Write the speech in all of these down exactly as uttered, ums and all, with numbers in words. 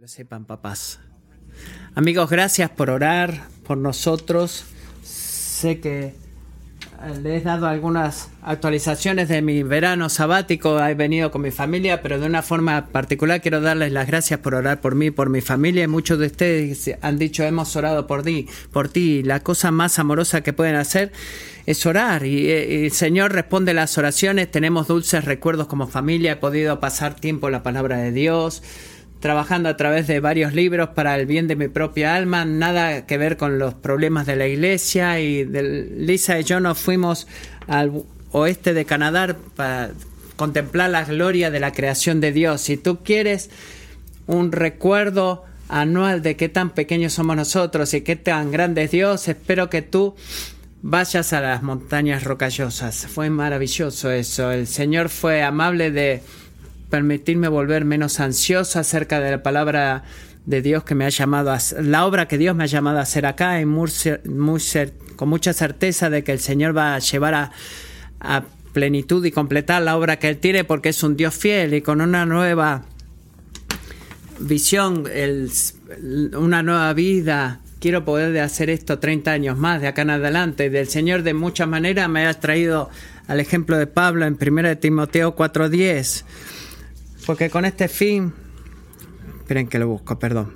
Lo sepan, papás. Amigos, gracias por orar por nosotros. Sé que les he dado algunas actualizaciones de mi verano sabático. He venido con mi familia, pero de una forma particular quiero darles las gracias por orar por mí, por mi familia. Y muchos de ustedes han dicho, hemos orado por ti, por ti. La cosa más amorosa que pueden hacer es orar. Y, y el Señor responde las oraciones. Tenemos dulces recuerdos como familia. He podido pasar tiempo en la palabra de Dios, trabajando a través de varios libros para el bien de mi propia alma, nada que ver con los problemas de la iglesia. Y de Lisa y yo nos fuimos al oeste de Canadá para contemplar la gloria de la creación de Dios. Si tú quieres un recuerdo anual de qué tan pequeños somos nosotros y qué tan grande es Dios, espero que tú vayas a las montañas rocallosas. Fue maravilloso eso. El Señor fue amable de permitirme volver menos ansioso acerca de la palabra de Dios que me ha llamado a la obra que Dios me ha llamado a hacer acá, y muy, muy, con mucha certeza de que el Señor va a llevar a, a plenitud y completar la obra que Él tiene, porque es un Dios fiel y con una nueva visión, el, una nueva vida. Quiero poder hacer esto treinta años más de acá en adelante. Del Señor de muchas maneras me ha traído al ejemplo de Pablo en primera de Timoteo cuatro diez. Porque con este fin, esperen que lo busco, perdón.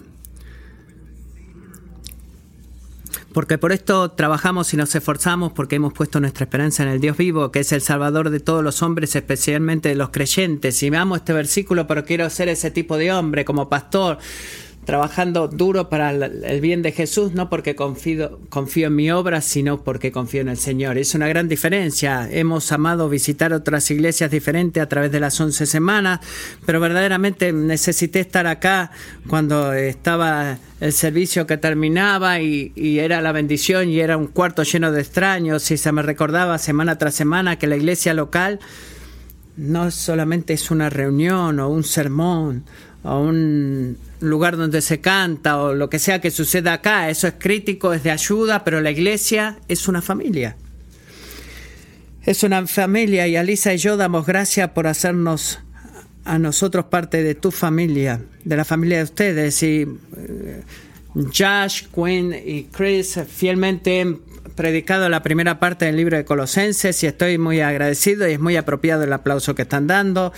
Porque por esto trabajamos y nos esforzamos, porque hemos puesto nuestra esperanza en el Dios vivo, que es el Salvador de todos los hombres, especialmente de los creyentes. Y me amo este versículo, pero quiero ser ese tipo de hombre como pastor, trabajando duro para el bien de Jesús, no porque confío, confío en mi obra, sino porque confío en el Señor. Es una gran diferencia. Hemos amado visitar otras iglesias diferentes a través de las once semanas, pero verdaderamente necesité estar acá cuando estaba el servicio que terminaba y, y era la bendición y era un cuarto lleno de extraños, y se me recordaba semana tras semana que la iglesia local no solamente es una reunión o un sermón o un lugar donde se canta o lo que sea que suceda acá. Eso es crítico, es de ayuda, pero la iglesia es una familia. Es una familia, y a Lisa y yo damos gracias por hacernos a nosotros parte de tu familia, de la familia de ustedes. Y eh, Josh, Quinn y Chris fielmente han predicado la primera parte del libro de Colosenses, y estoy muy agradecido, y es muy apropiado el aplauso que están dando.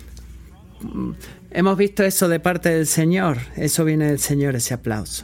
Hemos visto eso de parte del Señor. Eso viene del Señor, ese aplauso.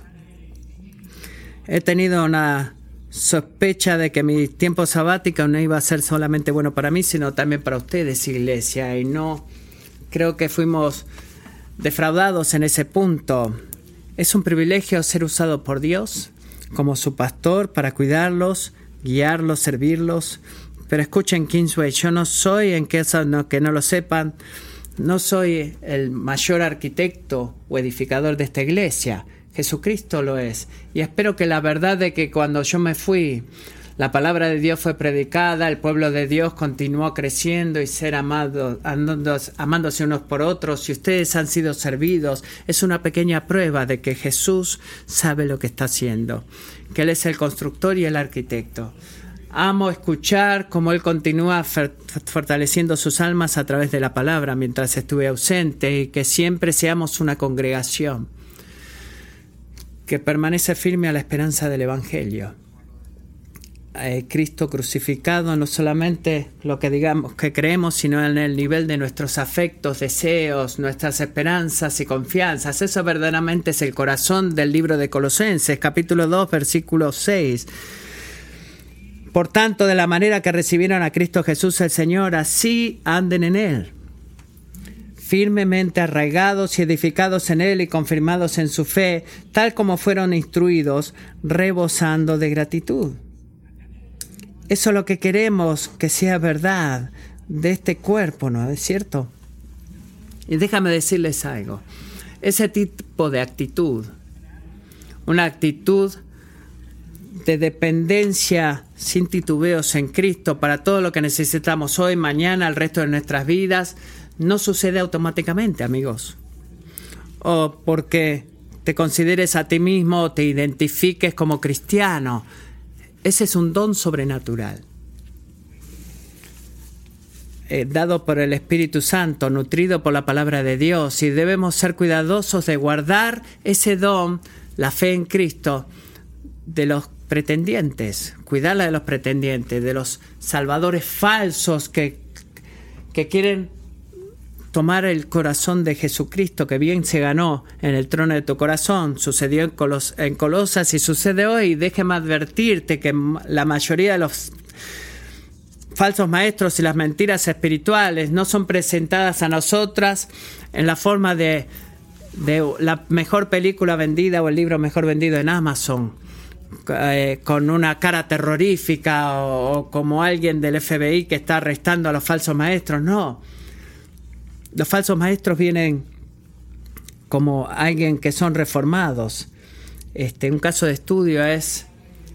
He tenido una sospecha de que mi tiempo sabático no iba a ser solamente bueno para mí, sino también para ustedes, iglesia. Y no creo que fuimos defraudados en ese punto. Es un privilegio ser usado por Dios como su pastor para cuidarlos, guiarlos, servirlos. Pero escuchen, Kingsway, yo no soy, en caso no, que no lo sepan, no soy el mayor arquitecto o edificador de esta iglesia. Jesucristo lo es. Y espero que la verdad de que cuando yo me fui, la palabra de Dios fue predicada, el pueblo de Dios continuó creciendo y ser amado, amándose unos por otros, y ustedes han sido servidos. Es una pequeña prueba de que Jesús sabe lo que está haciendo, que Él es el constructor y el arquitecto. Amo escuchar cómo Él continúa fortaleciendo sus almas a través de la palabra mientras estuve ausente, y que siempre seamos una congregación que permanece firme a la esperanza del Evangelio. Eh, Cristo crucificado, no solamente lo que digamos que creemos, sino en el nivel de nuestros afectos, deseos, nuestras esperanzas y confianzas. Eso verdaderamente es el corazón del libro de Colosenses, capítulo dos, versículo seis. Por tanto, de la manera que recibieron a Cristo Jesús el Señor, así anden en Él, firmemente arraigados y edificados en Él y confirmados en su fe, tal como fueron instruidos, rebosando de gratitud. Eso es lo que queremos que sea verdad de este cuerpo, ¿no es cierto? Y déjame decirles algo. Ese tipo de actitud, una actitud de dependencia sin titubeos en Cristo para todo lo que necesitamos hoy, mañana, el resto de nuestras vidas, no sucede automáticamente, amigos. O porque te consideres a ti mismo o te identifiques como cristiano. Ese es un don sobrenatural. eh, dado por el Espíritu Santo, nutrido por la palabra de Dios, y debemos ser cuidadosos de guardar ese don, la fe en Cristo, de los pretendientes, cuidarla de los pretendientes, de los salvadores falsos que, que quieren tomar el corazón de Jesucristo, que bien se ganó en el trono de tu corazón. Sucedió en, Colos, en Colosas y sucede hoy. Déjeme advertirte que la mayoría de los falsos maestros y las mentiras espirituales no son presentadas a nosotras en la forma de, de la mejor película vendida o el libro mejor vendido en Amazon, eh, con una cara terrorífica o, o como alguien del F B I que está arrestando a los falsos maestros. No. Los falsos maestros vienen como alguien que son reformados. Este, un caso de estudio es,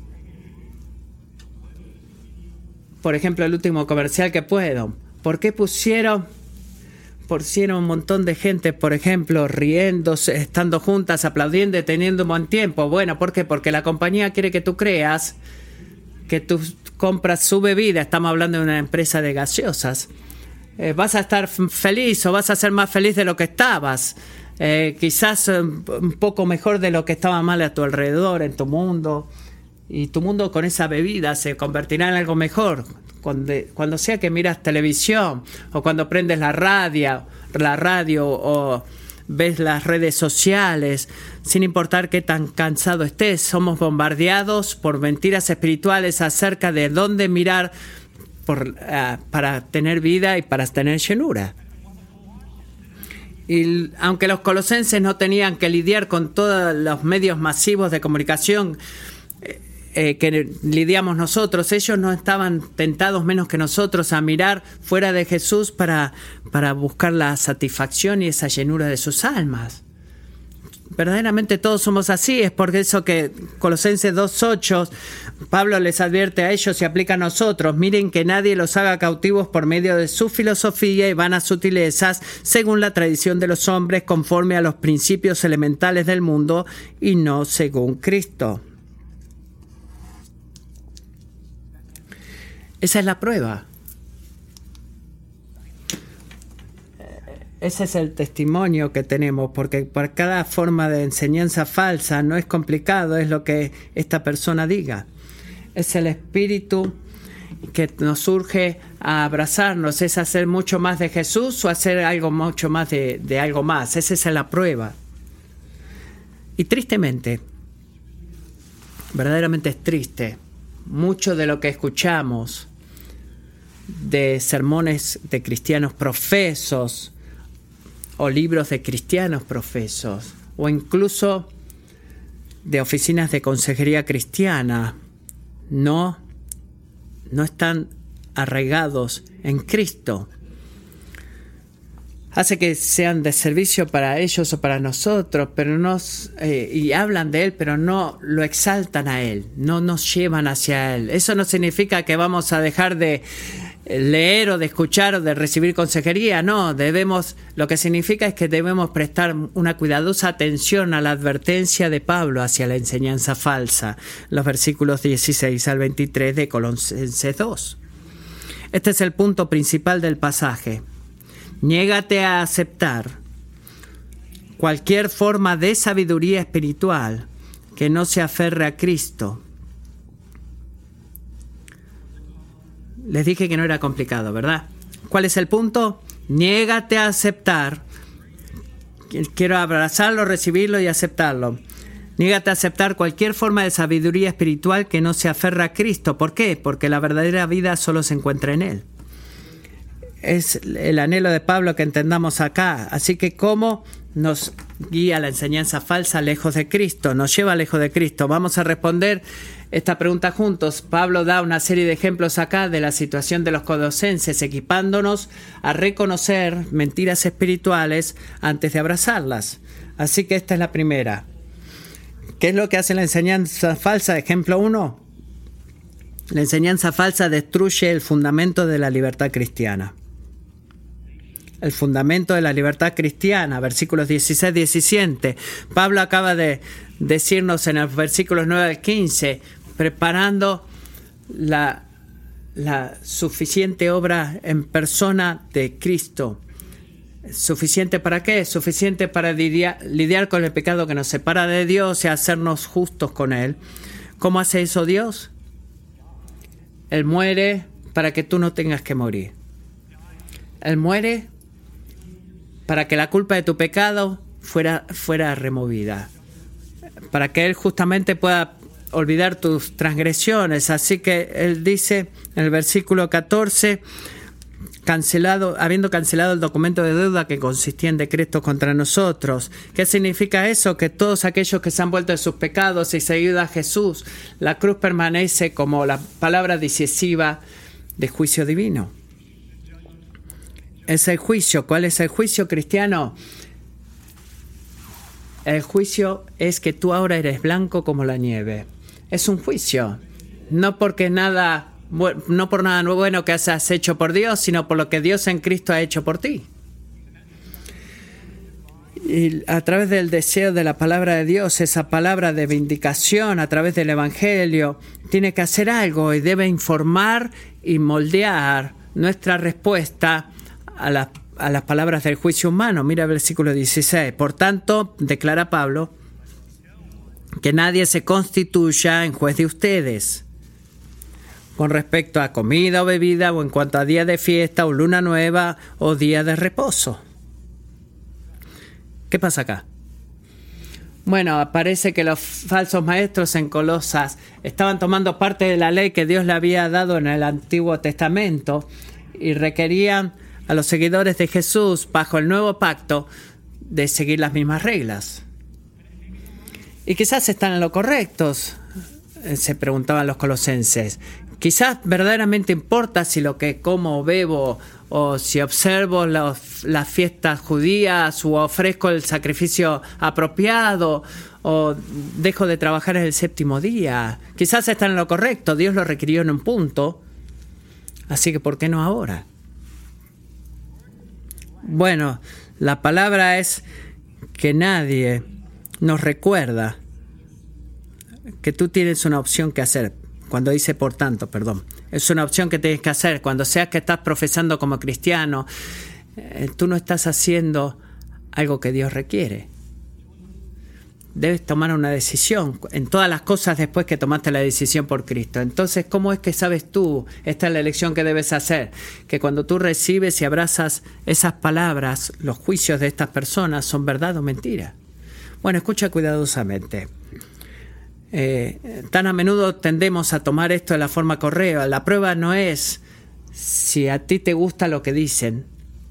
por ejemplo, el último comercial que puedo. ¿Por qué pusieron, pusieron un montón de gente, por ejemplo, riéndose, estando juntas, aplaudiendo y teniendo un buen tiempo? Bueno, ¿por qué? Porque la compañía quiere que tú creas que tú compras su bebida. Estamos hablando de una empresa de gaseosas. Eh, vas a estar feliz o vas a ser más feliz de lo que estabas. Eh, quizás un, un poco mejor de lo que estaba mal a tu alrededor, en tu mundo. Y tu mundo con esa bebida se convertirá en algo mejor. Cuando, cuando sea que miras televisión o cuando prendes la radio, la radio o ves las redes sociales, sin importar qué tan cansado estés, somos bombardeados por mentiras espirituales acerca de dónde mirar por, uh, para tener vida y para tener llenura. Y aunque los colosenses no tenían que lidiar con todos los medios masivos de comunicación eh, que lidiamos nosotros, ellos no estaban tentados menos que nosotros a mirar fuera de Jesús para, para buscar la satisfacción y esa llenura de sus almas. Verdaderamente todos somos así. Es por eso que Colosenses dos ocho, Pablo les advierte a ellos y aplica a nosotros: miren que nadie los haga cautivos por medio de su filosofía y vanas sutilezas, según la tradición de los hombres, conforme a los principios elementales del mundo y no según Cristo. Esa es la prueba. Ese es el testimonio que tenemos, porque por cada forma de enseñanza falsa no es complicado, es lo que esta persona diga. Es el espíritu que nos urge a abrazarnos, es hacer mucho más de Jesús o hacer algo mucho más de, de algo más. Esa es la prueba. Y tristemente, verdaderamente es triste, mucho de lo que escuchamos de sermones de cristianos profesos, o libros de cristianos profesos, o incluso de oficinas de consejería cristiana, no, no están arraigados en Cristo. Hace que sean de servicio para ellos o para nosotros, pero no, eh, y hablan de Él, pero no lo exaltan a Él, no nos llevan hacia Él. Eso no significa que vamos a dejar de leer o de escuchar o de recibir consejería. No, debemos, lo que significa es que debemos prestar una cuidadosa atención a la advertencia de Pablo hacia la enseñanza falsa, los versículos dieciséis al veintitrés de Colosenses dos. Este es el punto principal del pasaje. Niégate a aceptar cualquier forma de sabiduría espiritual que no se aferre a Cristo. Les dije que no era complicado, ¿verdad? ¿Cuál es el punto? Niégate a aceptar. Quiero abrazarlo, recibirlo y aceptarlo. Niégate a aceptar cualquier forma de sabiduría espiritual que no se aferra a Cristo. ¿Por qué? Porque la verdadera vida solo se encuentra en Él. Es el anhelo de Pablo que entendamos acá. Así que, ¿cómo nos guía la enseñanza falsa lejos de Cristo? Nos lleva lejos de Cristo. Vamos a responder esta pregunta juntos. Pablo da una serie de ejemplos acá de la situación de los colosenses, equipándonos a reconocer mentiras espirituales antes de abrazarlas. Así que esta es la primera. ¿Qué es lo que hace la enseñanza falsa? Ejemplo uno. La enseñanza falsa destruye el fundamento de la libertad cristiana. El fundamento de la libertad cristiana, versículos dieciséis a diecisiete. Pablo acaba de decirnos en los versículos nueve al quince, preparando la, la suficiente obra en persona de Cristo. ¿Suficiente para qué? Suficiente para lidiar, lidiar con el pecado que nos separa de Dios y hacernos justos con Él. ¿Cómo hace eso Dios? Él muere para que tú no tengas que morir. Él muere para que la culpa de tu pecado fuera, fuera removida. Para que Él justamente pueda olvidar tus transgresiones. Así que Él dice en el versículo catorce... Cancelado, habiendo cancelado el documento de deuda que consistía en decretos contra nosotros. ¿Qué significa eso? Que todos aquellos que se han vuelto de sus pecados y seguido a Jesús, la cruz permanece como la palabra decisiva de juicio divino. Es el juicio. ¿Cuál es el juicio cristiano? El juicio es que tú ahora eres blanco como la nieve. Es un juicio. No porque nada... no por nada bueno que has hecho por Dios, sino por lo que Dios en Cristo ha hecho por ti. Y a través del deseo de la palabra de Dios, esa palabra de vindicación a través del Evangelio, tiene que hacer algo y debe informar y moldear nuestra respuesta a, la, a las palabras del juicio humano. Mira el versículo dieciséis. Por tanto, declara Pablo, que nadie se constituya en juez de ustedes con respecto a comida o bebida, o en cuanto a día de fiesta, o luna nueva, o día de reposo. ¿Qué pasa acá? Bueno, parece que los falsos maestros en Colosas estaban tomando parte de la ley que Dios le había dado en el Antiguo Testamento y requerían a los seguidores de Jesús, bajo el nuevo pacto, de seguir las mismas reglas. Y quizás están en lo correcto, se preguntaban los colosenses. Quizás verdaderamente importa si lo que como o bebo, o si observo los, las fiestas judías, o ofrezco el sacrificio apropiado, o dejo de trabajar en el séptimo día. Quizás están en lo correcto, Dios lo requirió en un punto, así que ¿por qué no ahora? Bueno, la palabra es que nadie nos recuerda que tú tienes una opción que hacer. Cuando dice por tanto, perdón, es una opción que tienes que hacer. Cuando seas que estás profesando como cristiano, eh, tú no estás haciendo algo que Dios requiere. Debes tomar una decisión en todas las cosas después que tomaste la decisión por Cristo. Entonces, ¿cómo es que sabes tú? Esta es la elección que debes hacer. Que cuando tú recibes y abrazas esas palabras, los juicios de estas personas son verdad o mentira. Bueno, escucha cuidadosamente. Eh, tan a menudo tendemos a tomar esto de la forma correcta. La prueba no es si a ti te gusta lo que dicen.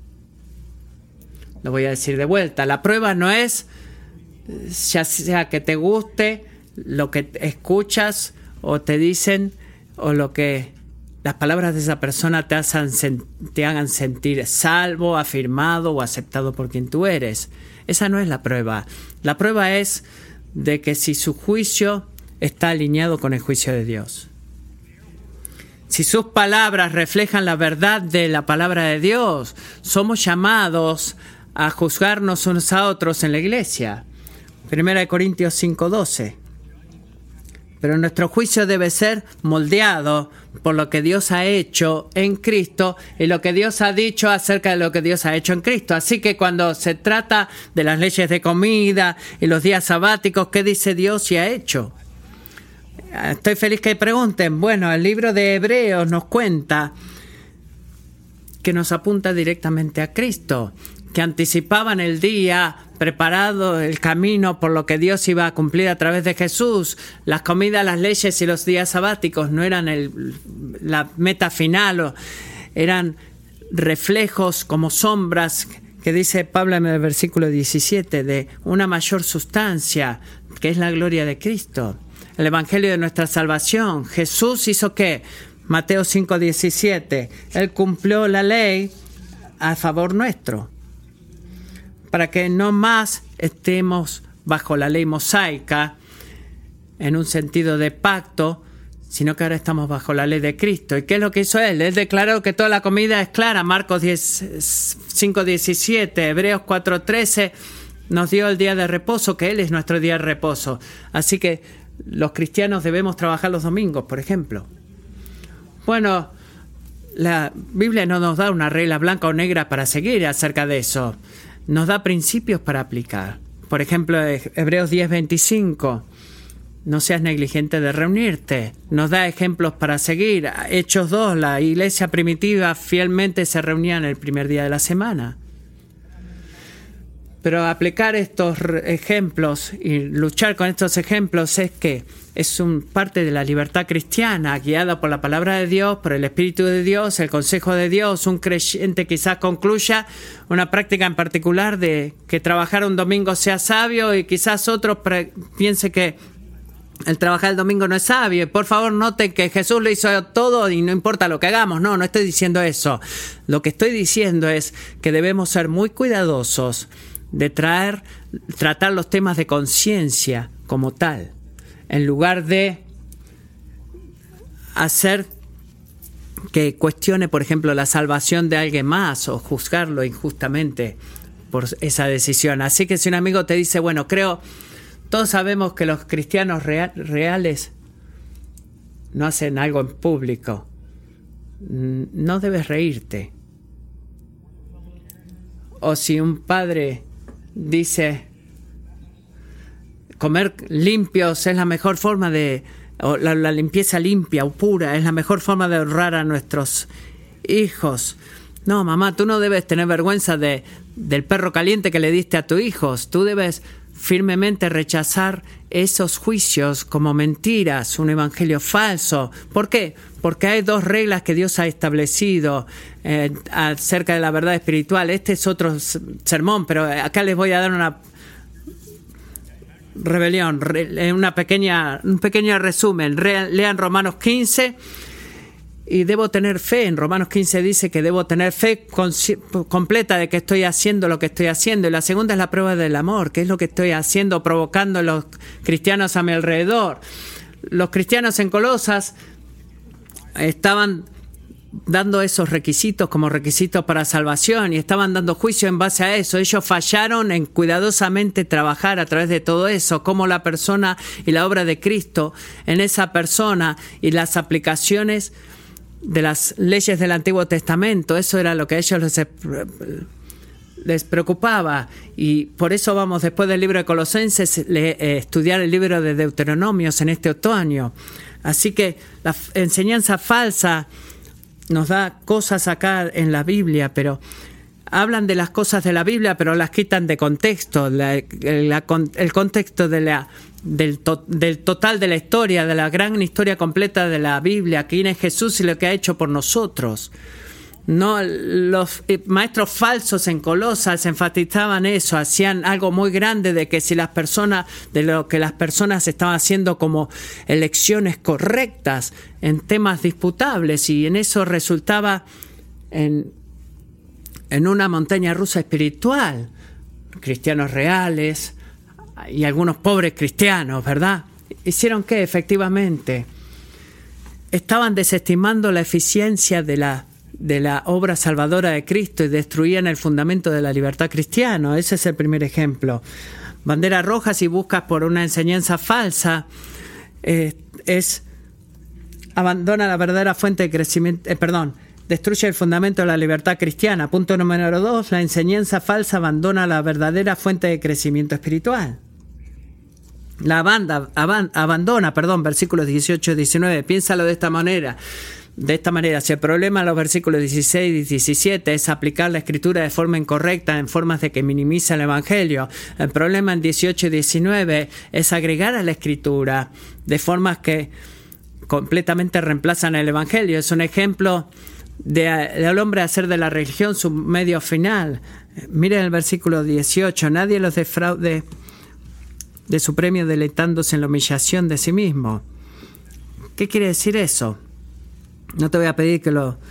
Lo voy a decir de vuelta. La prueba no es ya sea que te guste lo que escuchas o te dicen, o lo que las palabras de esa persona te hagan, te hagan sentir salvo, afirmado o aceptado por quien tú eres. Esa no es la prueba. La prueba es de que si su juicio está alineado con el juicio de Dios. Si sus palabras reflejan la verdad de la palabra de Dios, somos llamados a juzgarnos unos a otros en la iglesia. Primera de Corintios cinco doce. Pero nuestro juicio debe ser moldeado por lo que Dios ha hecho en Cristo y lo que Dios ha dicho acerca de lo que Dios ha hecho en Cristo. Así que cuando se trata de las leyes de comida y los días sabáticos, ¿qué dice Dios y ha hecho? Estoy feliz que pregunten. Bueno, el libro de Hebreos nos cuenta que nos apunta directamente a Cristo, que anticipaban el día, preparado el camino por lo que Dios iba a cumplir a través de Jesús. Las comidas, las leyes y los días sabáticos no eran el, la meta final, eran reflejos como sombras, que dice Pablo en el versículo diecisiete, de una mayor sustancia, que es la gloria de Cristo. El evangelio de nuestra salvación. Jesús hizo ¿qué? Mateo cinco diecisiete. Él cumplió la ley a favor nuestro, para que no más estemos bajo la ley mosaica en un sentido de pacto, sino que ahora estamos bajo la ley de Cristo. ¿Y qué es lo que hizo Él? Él declaró que toda la comida es clara. Marcos cinco diecisiete, Hebreos cuatro trece, nos dio el día de reposo, que Él es nuestro día de reposo. Así que los cristianos debemos trabajar los domingos, por ejemplo. Bueno, la Biblia no nos da una regla blanca o negra para seguir acerca de eso. Nos da principios para aplicar. Por ejemplo, Hebreos diez veinticinco. No seas negligente de reunirte. Nos da ejemplos para seguir. Hechos dos. La iglesia primitiva fielmente se reunía en el primer día de la semana. Pero aplicar estos ejemplos y luchar con estos ejemplos es que es un parte de la libertad cristiana, guiada por la palabra de Dios, por el Espíritu de Dios, el consejo de Dios. Un creyente quizás concluya una práctica en particular de que trabajar un domingo sea sabio y quizás otro piense que el trabajar el domingo no es sabio. Por favor, noten que Jesús lo hizo todo y no importa lo que hagamos. No, no estoy diciendo eso. Lo que estoy diciendo es que debemos ser muy cuidadosos de traer, tratar los temas de conciencia como tal, en lugar de hacer que cuestione, por ejemplo, la salvación de alguien más o juzgarlo injustamente por esa decisión. Así que si un amigo te dice, bueno, creo, todos sabemos que los cristianos real, reales no hacen algo en público, no debes reírte. O si un padre dice, comer limpios es la mejor forma de, o la, la limpieza limpia o pura es la mejor forma de honrar a nuestros hijos. No, mamá, tú no debes tener vergüenza de, del perro caliente que le diste a tus hijos. Tú debes firmemente rechazar esos juicios como mentiras, un evangelio falso. ¿Por qué? Porque hay dos reglas que Dios ha establecido eh, acerca de la verdad espiritual. Este es otro sermón, pero acá les voy a dar una rebelión, re, una pequeña, un pequeño resumen. Re, lean Romanos quince. Y debo tener fe. En Romanos quince dice que debo tener fe completa de que estoy haciendo lo que estoy haciendo. Y la segunda es la prueba del amor, que es lo que estoy haciendo, provocando a los cristianos a mi alrededor. Los cristianos en Colosas estaban dando esos requisitos como requisitos para salvación y estaban dando juicio en base a eso. Ellos fallaron en cuidadosamente trabajar a través de todo eso, como la persona y la obra de Cristo en esa persona y las aplicaciones de las leyes del Antiguo Testamento. Eso era lo que a ellos les, les preocupaba, y por eso vamos después del libro de Colosenses le, eh, estudiar el libro de Deuteronomios en este otoño. Así que la enseñanza falsa nos da cosas acá en la Biblia, pero hablan de las cosas de la Biblia, pero las quitan de contexto, la, la, el contexto de la Del, to, del total de la historia, de la gran historia completa de la Biblia, quién es Jesús y lo que ha hecho por nosotros. No, los maestros falsos en Colosas enfatizaban eso, hacían algo muy grande de que si las personas, de lo que las personas estaban haciendo como elecciones correctas en temas disputables, y en eso resultaba en, en una montaña rusa espiritual. Cristianos reales y algunos pobres cristianos, ¿verdad? ¿Hicieron qué? Efectivamente, estaban desestimando la eficiencia de la, de la obra salvadora de Cristo y destruían el fundamento de la libertad cristiana. Ese es el primer ejemplo. Banderas rojas y buscas por una enseñanza falsa eh, es abandona la verdadera fuente de crecimiento, eh, perdón, destruye el fundamento de la libertad cristiana. Punto número dos, la enseñanza falsa abandona la verdadera fuente de crecimiento espiritual. La banda aban, abandona, perdón, versículos dieciocho y diecinueve. Piénsalo de esta manera. De esta manera, si el problema en los versículos dieciséis y diecisiete es aplicar la escritura de forma incorrecta, en formas de que minimiza el evangelio, el problema en dieciocho y diecinueve es agregar a la escritura de formas que completamente reemplazan el evangelio. Es un ejemplo de, del hombre hacer de la religión su medio final. Miren el versículo dieciocho. Nadie los defraude de su premio deleitándose en la humillación de sí mismo. ¿Qué quiere decir eso? No te voy a pedir que lo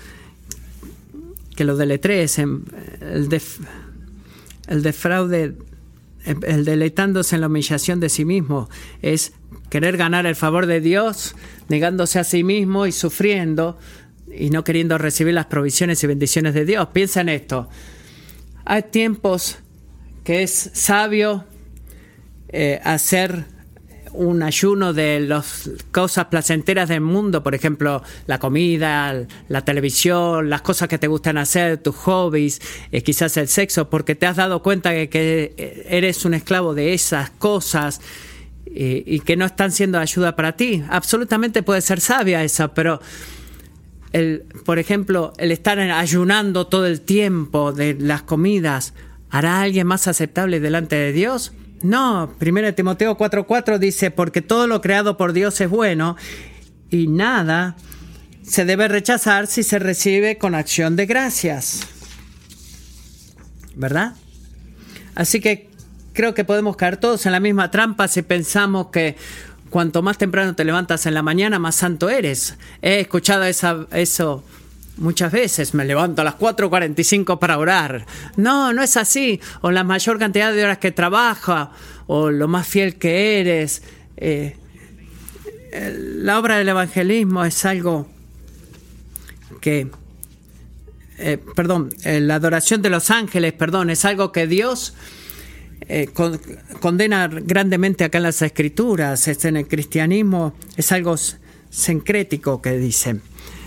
que lo deletrees. El, def, el defraude, el deleitándose en la humillación de sí mismo es querer ganar el favor de Dios, negándose a sí mismo y sufriendo y no queriendo recibir las provisiones y bendiciones de Dios. Piensa en esto. Hay tiempos que es sabio Eh, hacer un ayuno de las cosas placenteras del mundo, por ejemplo, la comida, la televisión, las cosas que te gustan hacer, tus hobbies, eh, quizás el sexo, porque te has dado cuenta de que eres un esclavo de esas cosas y, y que no están siendo ayuda para ti. Absolutamente puede ser sabia esa, pero el, por ejemplo, el estar ayunando todo el tiempo de las comidas, ¿hará a alguien más aceptable delante de Dios? No, primero Timoteo cuatro cuatro dice, porque todo lo creado por Dios es bueno y nada se debe rechazar si se recibe con acción de gracias. ¿Verdad? Así que creo que podemos caer todos en la misma trampa si pensamos que cuanto más temprano te levantas en la mañana, más santo eres. He escuchado esa, eso muchas veces. Me levanto a las cuatro cuarenta y cinco para orar. No, no es así. O la mayor cantidad de horas que trabaja, o lo más fiel que eres. Eh, la obra del evangelismo es algo que... Eh, perdón, eh, la adoración de los ángeles, perdón, es algo que Dios eh, con, condena grandemente acá en las Escrituras. Este, en el cristianismo es algo sincrético que dicen.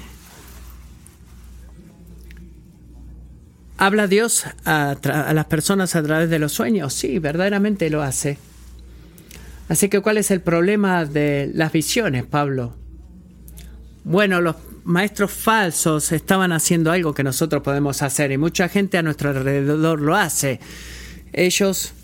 ¿Habla Dios a, a las personas a través de los sueños? Sí, verdaderamente lo hace. Así que, ¿cuál es el problema de las visiones, Pablo? Bueno, los maestros falsos estaban haciendo algo que nosotros podemos hacer y mucha gente a nuestro alrededor lo hace. Ellos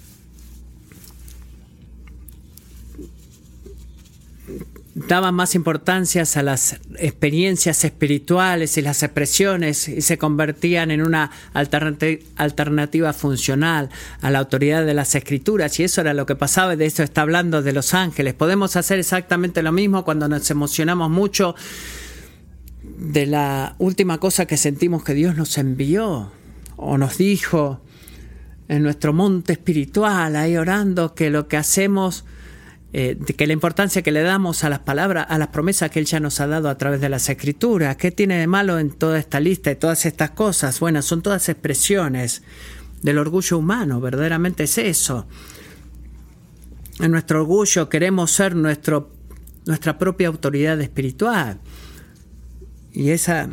daban más importancia a las experiencias espirituales y las expresiones y se convertían en una alternati- alternativa funcional a la autoridad de las Escrituras, y eso era lo que pasaba. De eso está hablando de los ángeles. Podemos hacer exactamente lo mismo cuando nos emocionamos mucho de la última cosa que sentimos que Dios nos envió o nos dijo en nuestro monte espiritual, ahí orando, que lo que hacemos... Eh, que la importancia que le damos a las palabras, a las promesas que Él ya nos ha dado a través de las Escrituras. ¿Qué tiene de malo en toda esta lista y todas estas cosas? Bueno, son todas expresiones del orgullo humano, verdaderamente es eso. En nuestro orgullo queremos ser nuestro, nuestra propia autoridad espiritual. Y esa...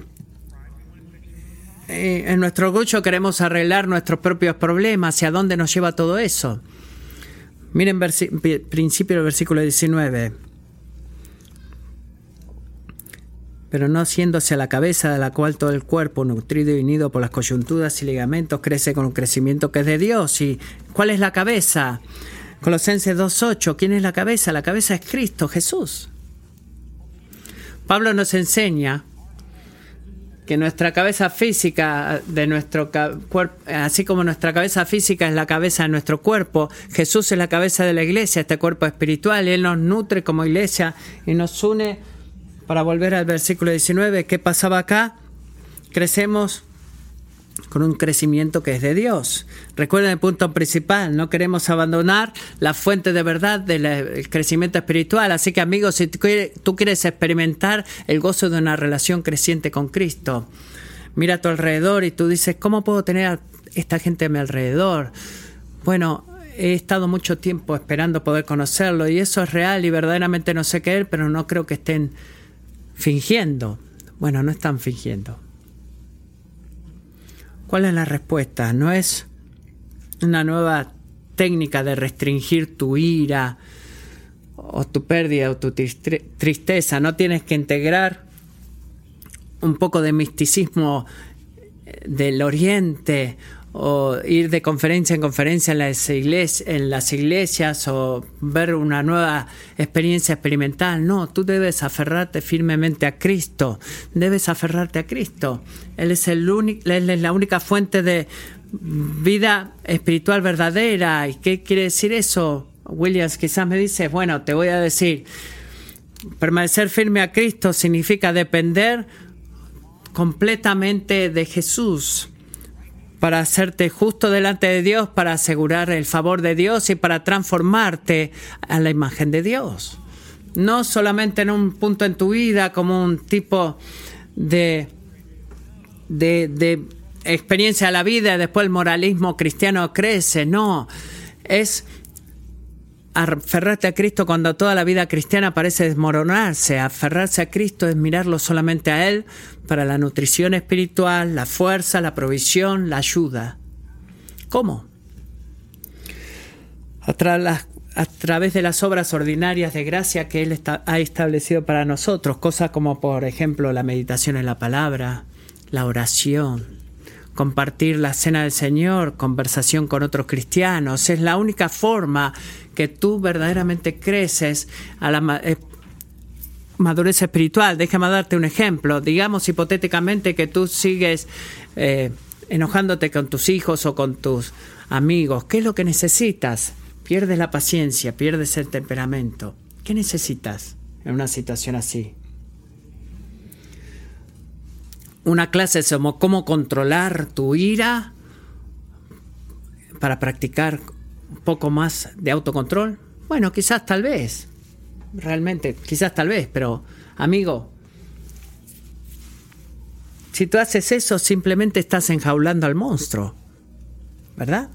Eh, en nuestro orgullo queremos arreglar nuestros propios problemas. ¿Y a dónde nos lleva todo eso? Miren versi- principio del versículo diecinueve. Pero no haciéndose a la cabeza, de la cual todo el cuerpo, nutrido y unido por las coyunturas y ligamentos, crece con un crecimiento que es de Dios. ¿Y cuál es la cabeza? Colosenses dos ocho. ¿Quién es la cabeza? La cabeza es Cristo Jesús. Pablo nos enseña que nuestra cabeza física de nuestro cuerpo, así como nuestra cabeza física es la cabeza de nuestro cuerpo, Jesús es la cabeza de la iglesia, este cuerpo espiritual, y Él nos nutre como iglesia y nos une. Para volver al versículo diecinueve, ¿qué pasaba acá? Crecemos con un crecimiento que es de Dios. Recuerden el punto principal, no queremos abandonar la fuente de verdad del crecimiento espiritual. Así que, amigos, si tú quieres experimentar el gozo de una relación creciente con Cristo, mira a tu alrededor y tú dices, ¿cómo puedo tener a esta gente a mi alrededor? Bueno, he estado mucho tiempo esperando poder conocerlo y eso es real y verdaderamente no sé qué es, pero no creo que estén fingiendo. Bueno, no están fingiendo. ¿Cuál es la respuesta? No es una nueva técnica de restringir tu ira o tu pérdida o tu tristeza. No tienes que integrar un poco de misticismo del Oriente o ir de conferencia en conferencia en las iglesias, en las iglesias o ver una nueva experiencia experimental. No, tú debes aferrarte firmemente a Cristo. Debes aferrarte a Cristo. Él es, el único, Él es la única fuente de vida espiritual verdadera. ¿Y qué quiere decir eso? Williams quizás me dice, bueno, te voy a decir, permanecer firme a Cristo significa depender completamente de Jesús para hacerte justo delante de Dios, para asegurar el favor de Dios y para transformarte a la imagen de Dios. No solamente en un punto en tu vida como un tipo de, de, de experiencia de la vida y después el moralismo cristiano crece. No, es aferrarte a Cristo cuando toda la vida cristiana parece desmoronarse. Aferrarse a Cristo es mirarlo solamente a Él para la nutrición espiritual, la fuerza, la provisión, la ayuda. ¿Cómo? A, tra las, a través de las obras ordinarias de gracia que Él está, ha establecido para nosotros, cosas como por ejemplo la meditación en la palabra, la oración, compartir la cena del Señor, conversación con otros cristianos. Es la única forma que tú verdaderamente creces a la eh, madurez espiritual. Déjame darte un ejemplo. Digamos hipotéticamente que tú sigues eh, enojándote con tus hijos o con tus amigos. ¿Qué es lo que necesitas? Pierdes la paciencia, pierdes el temperamento. ¿Qué necesitas en una situación así? Una clase sobre cómo controlar tu ira para practicar un poco más de autocontrol. Bueno, quizás tal vez, realmente, quizás tal vez, pero amigo, si tú haces eso, simplemente estás enjaulando al monstruo, ¿verdad?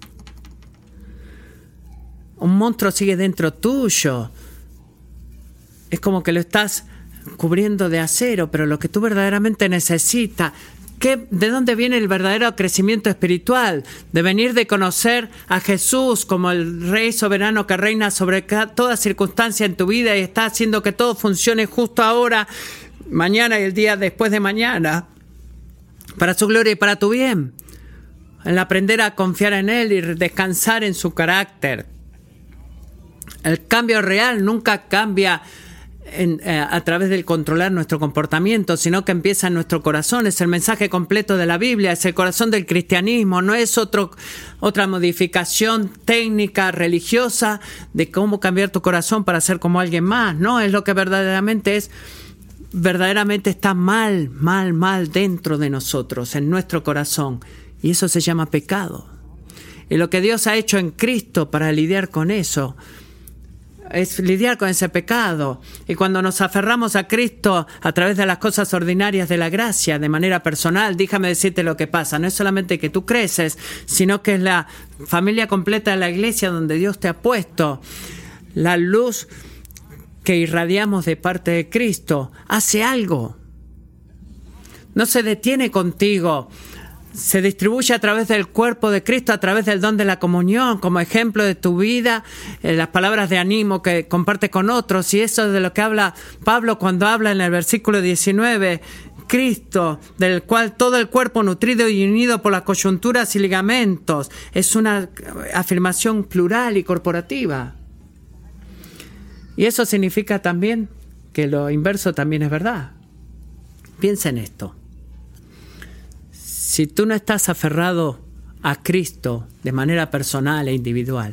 Un monstruo sigue dentro tuyo. Es como que lo estás cubriendo de acero, pero lo que tú verdaderamente necesitas, ¿qué, ¿de dónde viene el verdadero crecimiento espiritual? De venir de conocer a Jesús como el Rey soberano que reina sobre cada, toda circunstancia en tu vida y está haciendo que todo funcione justo ahora, mañana y el día después de mañana, para su gloria y para tu bien. El aprender a confiar en Él y descansar en su carácter. El cambio real nunca cambia En, eh, a través del controlar nuestro comportamiento, sino que empieza en nuestro corazón. Es el mensaje completo de la Biblia, es el corazón del cristianismo, no es otro, otra modificación técnica, religiosa de cómo cambiar tu corazón para ser como alguien más. No, es lo que verdaderamente es, verdaderamente está mal, mal, mal dentro de nosotros, en nuestro corazón, y eso se llama pecado. Y lo que Dios ha hecho en Cristo para lidiar con eso es lidiar con ese pecado. Y cuando nos aferramos a Cristo a través de las cosas ordinarias de la gracia, de manera personal, déjame decirte lo que pasa. No es solamente que tú creces, sino que es la familia completa de la iglesia donde Dios te ha puesto. La luz que irradiamos de parte de Cristo hace algo. No se detiene contigo. Se distribuye a través del cuerpo de Cristo, a través del don de la comunión, como ejemplo de tu vida, eh, las palabras de ánimo que compartes con otros. Y eso es de lo que habla Pablo cuando habla en el versículo diecinueve. Cristo, del cual todo el cuerpo nutrido y unido por las coyunturas y ligamentos. Es una afirmación plural y corporativa. Y eso significa también que lo inverso también es verdad. Piensa en esto. Si tú no estás aferrado a Cristo de manera personal e individual,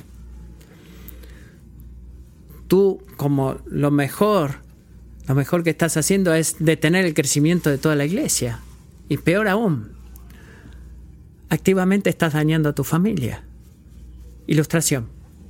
tú como lo mejor, lo mejor que estás haciendo es detener el crecimiento de toda la iglesia. Y peor aún, activamente estás dañando a tu familia. Ilustración.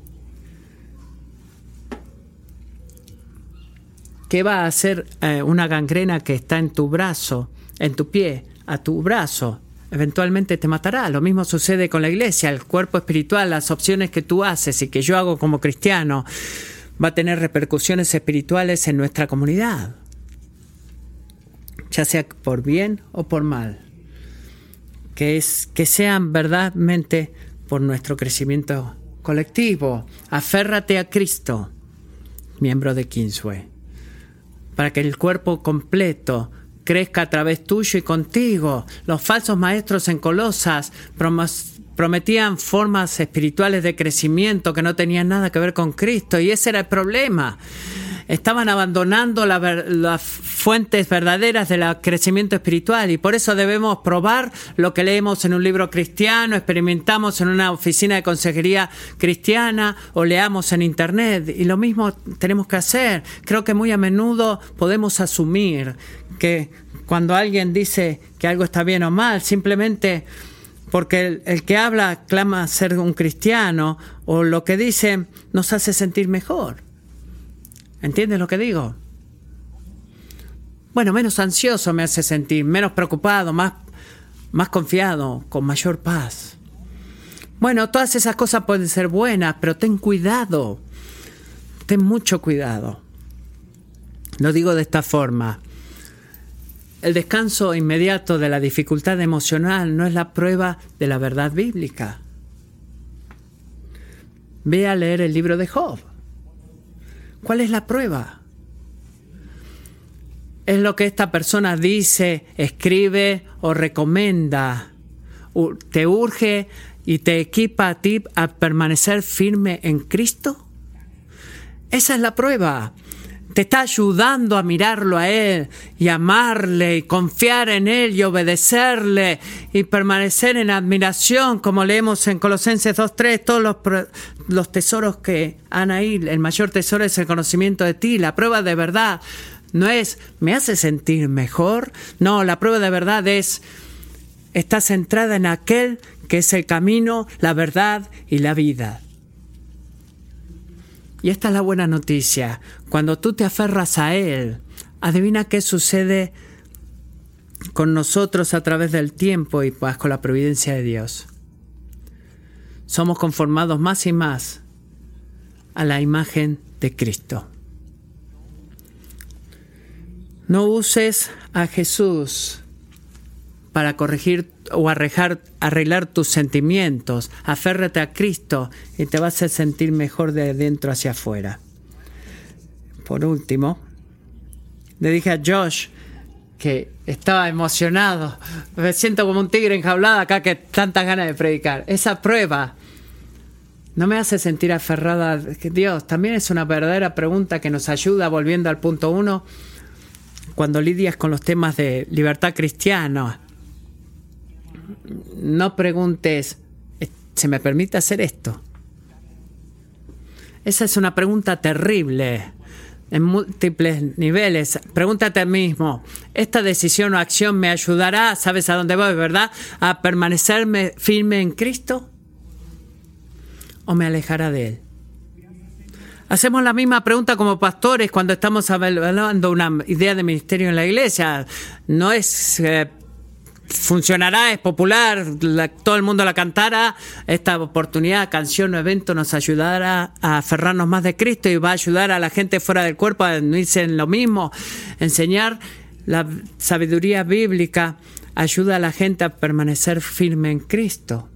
¿Qué va a hacer eh, una gangrena que está en tu brazo, en tu pie, a tu brazo? Eventualmente te matará. Lo mismo sucede con la iglesia, el cuerpo espiritual, las opciones que tú haces y que yo hago como cristiano va a tener repercusiones espirituales en nuestra comunidad, ya sea por bien o por mal, que, es, que sean verdaderamente por nuestro crecimiento colectivo. Aférrate a Cristo, miembro de Kingsway, para que el cuerpo completo crezca a través tuyo y contigo. Los falsos maestros en Colosas prometían formas espirituales de crecimiento que no tenían nada que ver con Cristo, y ese era el problema. Estaban abandonando la ver, las fuentes verdaderas del crecimiento espiritual, y por eso debemos probar lo que leemos en un libro cristiano, experimentamos en una oficina de consejería cristiana o leamos en internet, y lo mismo tenemos que hacer. Creo que muy a menudo podemos asumir que cuando alguien dice que algo está bien o mal, simplemente porque el, el que habla clama ser un cristiano, o lo que dice nos hace sentir mejor. ¿Entiendes lo que digo? Bueno, menos ansioso me hace sentir, menos preocupado, más, más confiado, con mayor paz. Bueno, todas esas cosas pueden ser buenas, pero ten cuidado. ten mucho cuidado. Lo digo de esta forma. El descanso inmediato de la dificultad emocional no es la prueba de la verdad bíblica. Ve a leer el libro de Job. ¿Cuál es la prueba? Es lo que esta persona dice, escribe o recomienda. ¿Te urge y te equipa a ti a permanecer firme en Cristo? Esa es la prueba. Te está ayudando a mirarlo a Él y amarle y confiar en Él y obedecerle y permanecer en admiración, como leemos en Colosenses dos tres, todos los, los tesoros que han ahí. El mayor tesoro es el conocimiento de ti. La prueba de verdad no es, ¿me hace sentir mejor? No, la prueba de verdad es, está centrada en aquel que es el camino, la verdad y la vida. Y esta es la buena noticia. Cuando tú te aferras a Él, adivina qué sucede con nosotros a través del tiempo y pues con la providencia de Dios. Somos conformados más y más a la imagen de Cristo. No uses a Jesús para corregir o arreglar, arreglar tus sentimientos. Aférrate a Cristo y te vas a sentir mejor de dentro hacia afuera. Por último, le dije a Josh que estaba emocionado. Me siento como un tigre enjaulado acá, que tantas ganas de predicar. Esa prueba no me hace sentir aferrada. Dios, también es una verdadera pregunta que nos ayuda, volviendo al punto uno, cuando lidias con los temas de libertad cristiana. No preguntes, ¿se me permite hacer esto? Esa es una pregunta terrible en múltiples niveles. Pregúntate a ti mismo, ¿esta decisión o acción me ayudará, sabes a dónde voy, verdad?, a permanecerme firme en Cristo? ¿O me alejará de Él? Hacemos la misma pregunta como pastores cuando estamos evaluando una idea de ministerio en la iglesia. No es... Eh, funcionará, es popular, la, todo el mundo la cantará. Esta oportunidad, canción o evento nos ayudará a aferrarnos más de Cristo y va a ayudar a la gente fuera del cuerpo a unirse en lo mismo. Enseñar la sabiduría bíblica ayuda a la gente a permanecer firme en Cristo.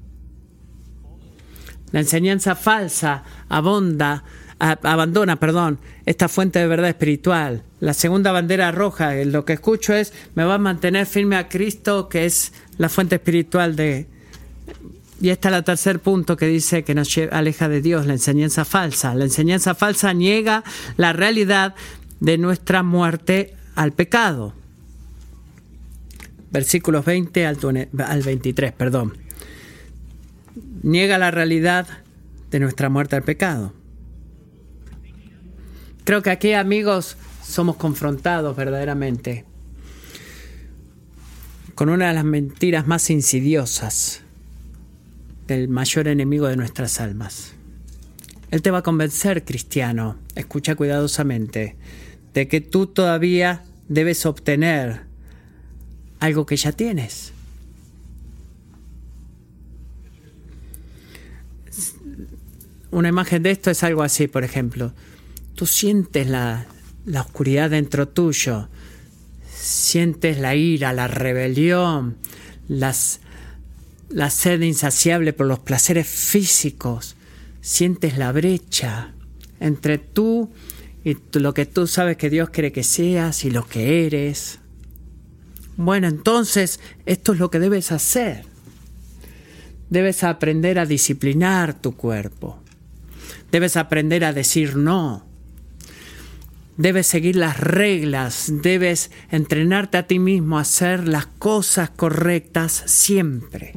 La enseñanza falsa abonda abandona, perdón, esta fuente de verdad espiritual. La segunda bandera roja, lo que escucho es, me va a mantener firme a Cristo, que es la fuente espiritual de... Y este es el tercer punto que dice que nos aleja de Dios, la enseñanza falsa. La enseñanza falsa niega la realidad de nuestra muerte al pecado. Versículos veinte al veintitrés, perdón. Niega la realidad de nuestra muerte al pecado. Creo que aquí, amigos, somos confrontados verdaderamente con una de las mentiras más insidiosas del mayor enemigo de nuestras almas. Él te va a convencer, cristiano, escucha cuidadosamente, de que tú todavía debes obtener algo que ya tienes. Una imagen de esto es algo así, por ejemplo. Tú sientes la, la oscuridad dentro tuyo, sientes la ira, la rebelión, las, la sed insaciable por los placeres físicos, sientes la brecha entre tú y lo que tú sabes que Dios quiere que seas y lo que eres. Bueno, entonces esto es lo que debes hacer. Debes aprender a disciplinar tu cuerpo. Debes aprender a decir no. Debes seguir las reglas, debes entrenarte a ti mismo a hacer las cosas correctas siempre.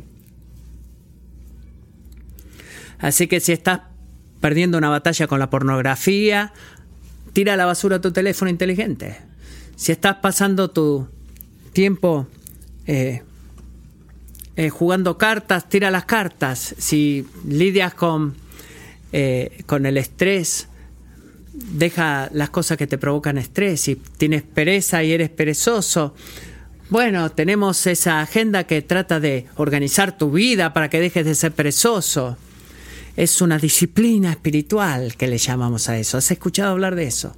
Así que si estás perdiendo una batalla con la pornografía, tira a la basura tu teléfono inteligente. Si estás pasando tu tiempo eh, eh, jugando cartas, tira las cartas. Si lidias con, eh, con el estrés, deja las cosas que te provocan estrés. Si tienes pereza y eres perezoso, bueno, tenemos esa agenda que trata de organizar tu vida para que dejes de ser perezoso. es una disciplina espiritual que le llamamos a eso. ¿Has escuchado hablar de eso?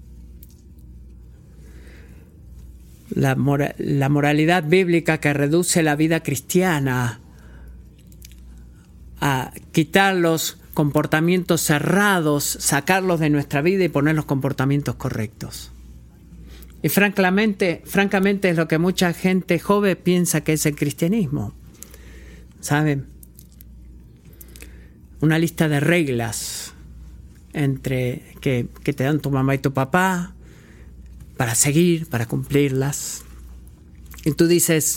La, mora- la moralidad bíblica que reduce la vida cristiana a quitar los comportamientos cerrados, sacarlos de nuestra vida y poner los comportamientos correctos. Y francamente, francamente es lo que mucha gente joven piensa que es el cristianismo. ¿Saben? Una lista de reglas entre que, que te dan tu mamá y tu papá para seguir, para cumplirlas. Y tú dices,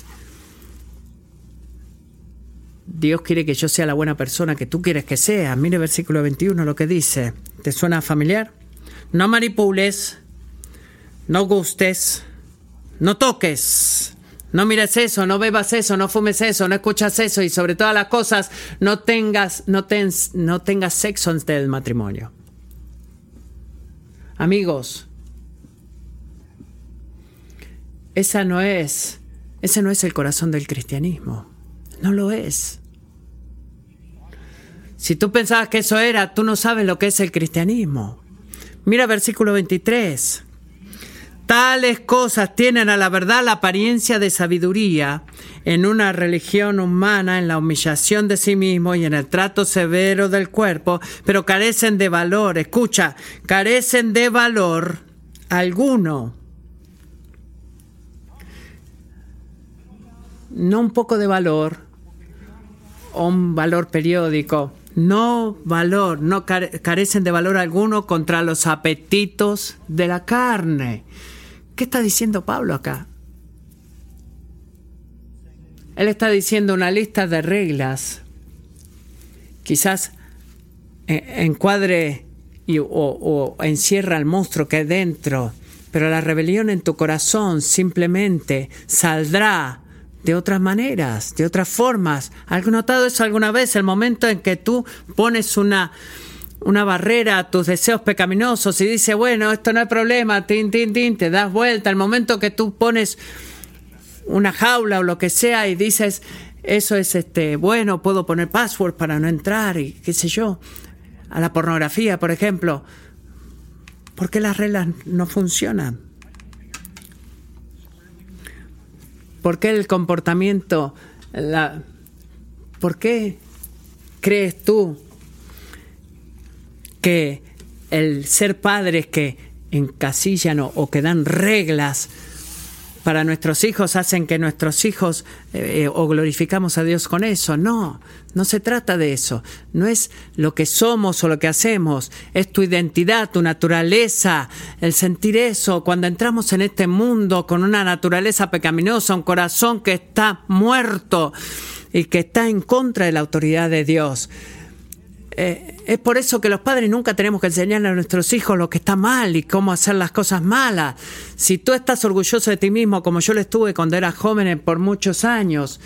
Dios quiere que yo sea la buena persona que tú quieres que sea. Mire versículo veintiuno lo que dice. ¿Te suena familiar? No manipules, no gustes, no toques, no mires eso, no bebas eso, no fumes eso, no escuchas eso y sobre todas las cosas no tengas, no ten, no tengas sexo antes del matrimonio. Amigos, esa no es, ese no es el corazón del cristianismo. No lo es. Si tú pensabas que eso era, tú no sabes lo que es el cristianismo. Mira versículo veintitrés. Tales cosas tienen a la verdad la apariencia de sabiduría en una religión humana, en la humillación de sí mismo y en el trato severo del cuerpo, pero carecen de valor. Escucha, carecen de valor alguno. No un poco de valor o un valor periódico. No valor, no care- carecen de valor alguno contra los apetitos de la carne. ¿Qué está diciendo Pablo acá? Él está diciendo una lista de reglas. Quizás encuadre y, o, o encierra al monstruo que hay dentro, pero la rebelión en tu corazón simplemente saldrá de otras maneras, de otras formas. ¿Has notado eso alguna vez? El momento en que tú pones una, una barrera a tus deseos pecaminosos y dices, bueno, esto no hay problema, tin, tin, tin, te das vuelta. El momento que tú pones una jaula o lo que sea y dices, eso es este bueno, puedo poner password para no entrar y qué sé yo. A la pornografía, por ejemplo. ¿Por qué las reglas no funcionan? ¿Por qué el comportamiento, la, por qué crees tú que el ser padres que encasillan o, o que dan reglas para nuestros hijos hacen que nuestros hijos eh, o glorificamos a Dios con eso? No, no se trata de eso. No es lo que somos o lo que hacemos. Es tu identidad, tu naturaleza, el sentir eso. Cuando entramos en este mundo con una naturaleza pecaminosa, un corazón que está muerto y que está en contra de la autoridad de Dios. Eh, es por eso que los padres nunca tenemos que enseñarle a nuestros hijos lo que está mal y cómo hacer las cosas malas. Si tú estás orgulloso de ti mismo, como yo lo estuve cuando era joven por muchos años,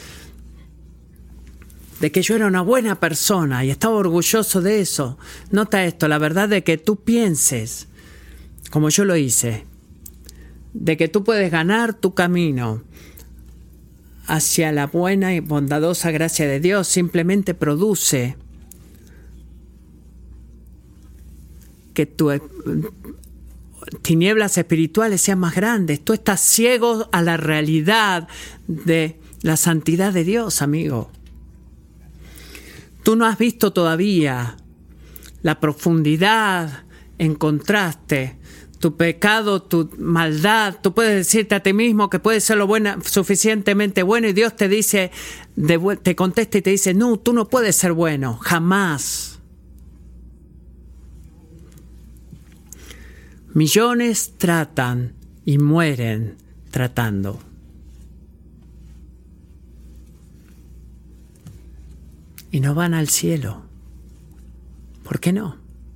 de que yo era una buena persona y estaba orgulloso de eso, nota esto, la verdad de que tú pienses, como yo lo hice, de que tú puedes ganar tu camino hacia la buena y bondadosa gracia de Dios, simplemente produce que tus tinieblas espirituales sean más grandes. Tú estás ciego a la realidad de la santidad de Dios, amigo. Tú no has visto todavía la profundidad en contraste, tu pecado, tu maldad. Tú puedes decirte a ti mismo que puedes ser lo buena, suficientemente bueno y Dios te dice, de, te contesta y te dice, no, tú no puedes ser bueno, jamás. Millones tratan y mueren tratando. Y no van al cielo. ¿Por qué no?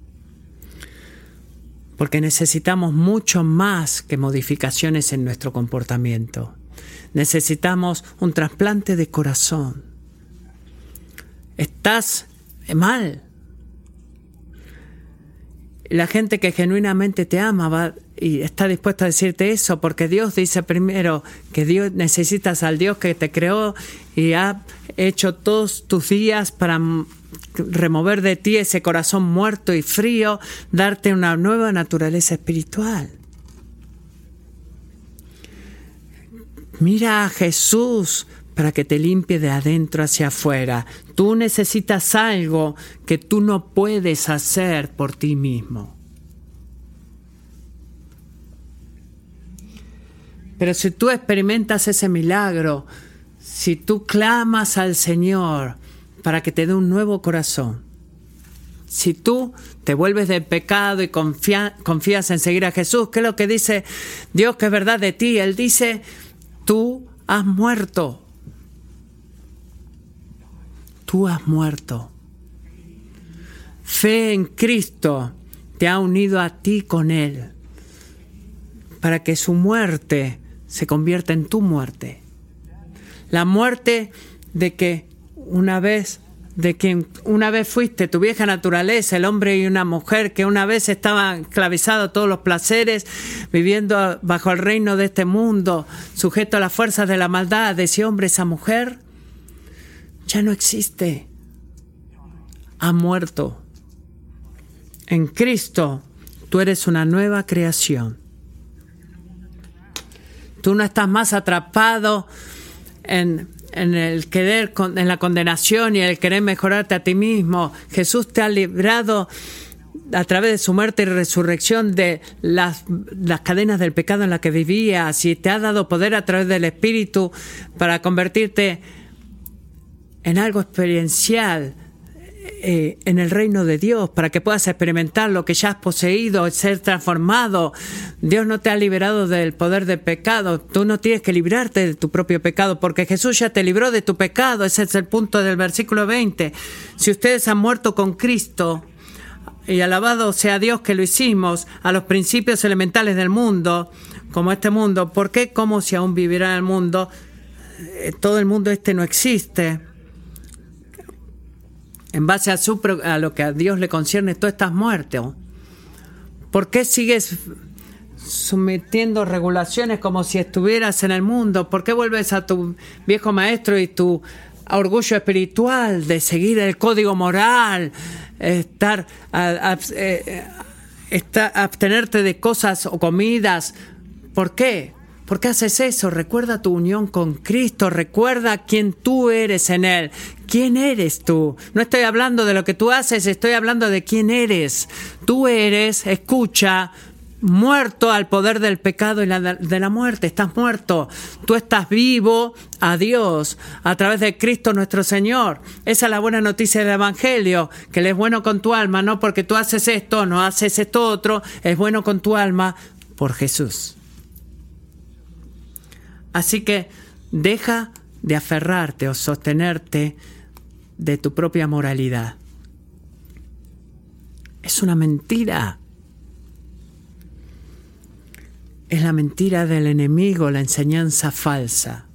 Porque necesitamos mucho más que modificaciones en nuestro comportamiento. Necesitamos un trasplante de corazón. Estás mal. La gente que genuinamente te ama va y está dispuesta a decirte eso, porque Dios dice primero que Dios necesitas al Dios que te creó y ha hecho todos tus días para remover de ti ese corazón muerto y frío, darte una nueva naturaleza espiritual. Mira a Jesús para que te limpie de adentro hacia afuera. Tú necesitas algo que tú no puedes hacer por ti mismo. Pero si tú experimentas ese milagro, si tú clamas al Señor para que te dé un nuevo corazón, si tú te vuelves del pecado y confía, confías en seguir a Jesús, ¿qué es lo que dice Dios que es verdad de ti? Él dice, tú has muerto. Tú has muerto. Fe en Cristo te ha unido a ti con Él para que su muerte se convierta en tu muerte. La muerte de que una vez, de quien una vez fuiste, tu vieja naturaleza, el hombre y una mujer que una vez estaban esclavizados a todos los placeres, viviendo bajo el reino de este mundo, sujeto a las fuerzas de la maldad, de ese hombre, esa mujer, ya no existe. Ha muerto. En Cristo, tú eres una nueva creación. Tú no estás más atrapado en, en el querer, en la condenación y el querer mejorarte a ti mismo. Jesús te ha librado a través de su muerte y resurrección de las, las cadenas del pecado en las que vivías, y te ha dado poder a través del Espíritu para convertirte en algo experiencial eh, en el reino de Dios, para que puedas experimentar lo que ya has poseído, ser transformado. Dios no te ha liberado del poder del pecado. Tú no tienes que librarte de tu propio pecado, porque Jesús ya te libró de tu pecado. Ese es el punto del versículo veinte. Si ustedes han muerto con Cristo, y alabado sea Dios que lo hicimos, a los principios elementales del mundo, como este mundo, ¿por qué como si aún viviera en el mundo? Eh, todo el mundo este no existe. En base a, su, a lo que a Dios le concierne, tú estás muerto. ¿Por qué sigues sometiendo regulaciones como si estuvieras en el mundo? ¿Por qué vuelves a tu viejo maestro y tu orgullo espiritual de seguir el código moral, estar, a, a, eh, estar abstenerte de cosas o comidas? ¿Por qué? ¿Por qué haces eso? Recuerda tu unión con Cristo, recuerda quién tú eres en Él. ¿Quién eres tú? No estoy hablando de lo que tú haces, estoy hablando de quién eres. Tú eres, escucha, muerto al poder del pecado y la, de la muerte. Estás muerto. Tú estás vivo a Dios a través de Cristo nuestro Señor. Esa es la buena noticia del Evangelio, que Él es bueno con tu alma, no porque tú haces esto, no haces esto otro, es bueno con tu alma por Jesús. Así que deja de aferrarte o sostenerte de tu propia moralidad. Es una mentira. Es la mentira del enemigo, la enseñanza falsa.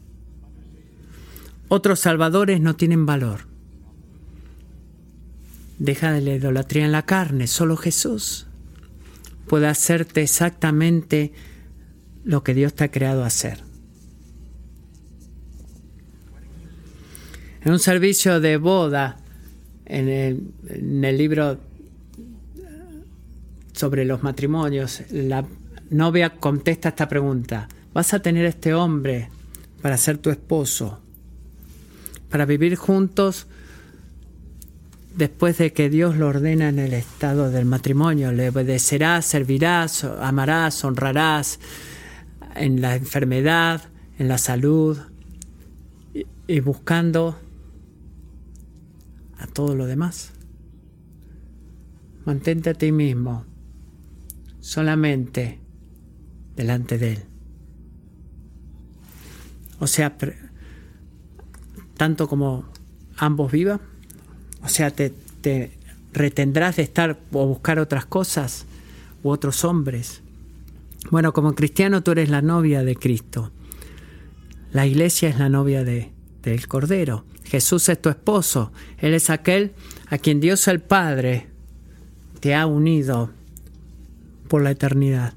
Otros salvadores no tienen valor. Deja de la idolatría en la carne. Solo Jesús puede hacerte exactamente lo que Dios te ha creado a hacer. En un servicio de boda, en el, en el libro sobre los matrimonios, la novia contesta esta pregunta: ¿vas a tener este hombre para ser tu esposo, para vivir juntos después de que Dios lo ordena en el estado del matrimonio? Le obedecerás, servirás, amarás, honrarás en la enfermedad, en la salud, y, y buscando a todo lo demás. Mantente a ti mismo solamente delante de Él. O sea, pre- tanto como ambos vivan, o sea, te, te retendrás de estar o buscar otras cosas u otros hombres. Bueno, como cristiano tú eres la novia de Cristo. La iglesia es la novia de, del Cordero. Jesús es tu esposo. Él es aquel a quien Dios el Padre te ha unido por la eternidad.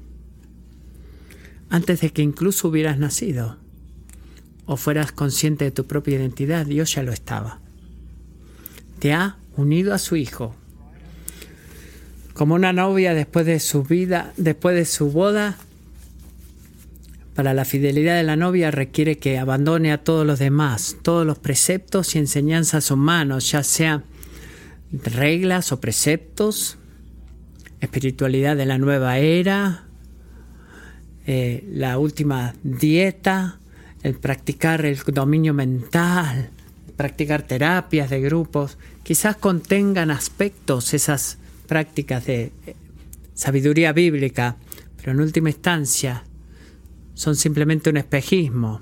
Antes de que incluso hubieras nacido o fueras consciente de tu propia identidad, Dios ya lo estaba. te ha unido a su Hijo. Como una novia después de su vida, después de su boda, para la fidelidad de la novia requiere que abandone a todos los demás, todos los preceptos y enseñanzas humanos, ya sean reglas o preceptos, espiritualidad de la nueva era, eh, la última dieta, el practicar el dominio mental, practicar terapias de grupos, quizás contengan aspectos, esas prácticas de sabiduría bíblica, pero en última instancia son simplemente un espejismo.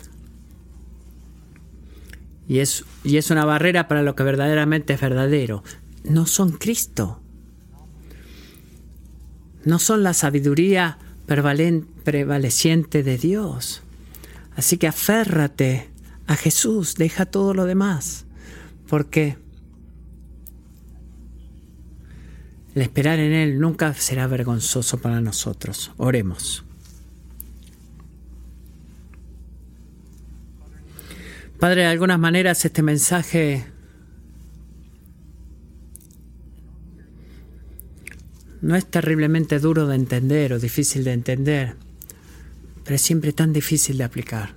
Y es, y es una barrera para lo que verdaderamente es verdadero. No son Cristo. No son la sabiduría prevaleciente de Dios. Así que aférrate a Jesús, deja todo lo demás, porque el esperar en Él nunca será vergonzoso para nosotros. Oremos. Padre, de algunas maneras este mensaje no es terriblemente duro de entender o difícil de entender, pero es siempre tan difícil de aplicar.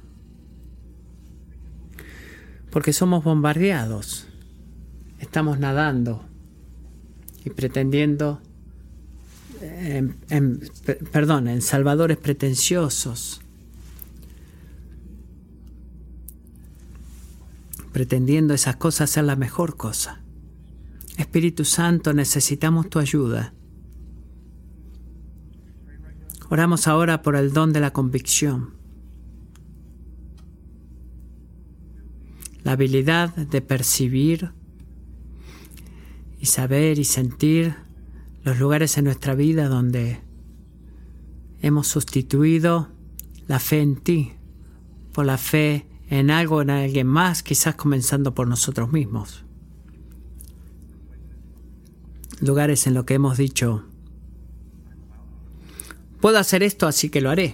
Porque somos bombardeados, estamos nadando y pretendiendo, en, en, perdón, en salvadores pretenciosos, pretendiendo esas cosas ser la mejor cosa. Espíritu Santo, necesitamos tu ayuda. Oramos ahora por el don de la convicción, la habilidad de percibir y saber y sentir los lugares en nuestra vida donde hemos sustituido la fe en ti por la fe en algo, en alguien más, quizás comenzando por nosotros mismos. Lugares en los que hemos dicho, puedo hacer esto, así que lo haré.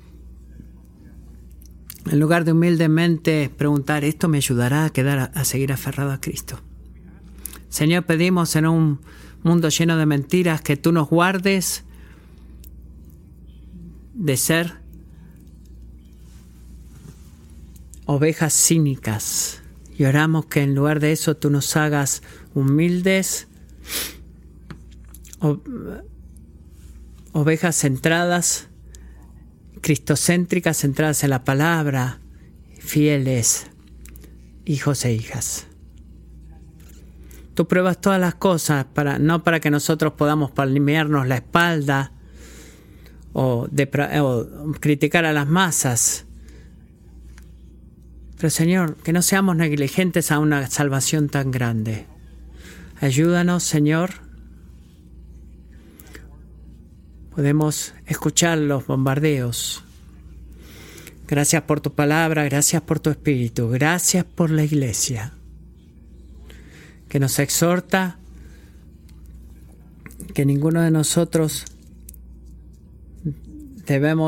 En lugar de humildemente preguntar, ¿esto me ayudará a quedar a, a seguir aferrado a Cristo? Señor, pedimos en un mundo lleno de mentiras que tú nos guardes de ser ovejas cínicas. Y oramos que en lugar de eso tú nos hagas humildes, o, ovejas centradas, cristocéntricas, centradas en la palabra, fieles, hijos e hijas. Tú pruebas todas las cosas, para, no para que nosotros podamos palmearnos la espalda o, de, o criticar a las masas. Pero Señor, que no seamos negligentes a una salvación tan grande. Ayúdanos, Señor. Podemos escuchar los bombardeos. Gracias por tu palabra, gracias por tu espíritu, gracias por la iglesia, que nos exhorta que ninguno de nosotros debemos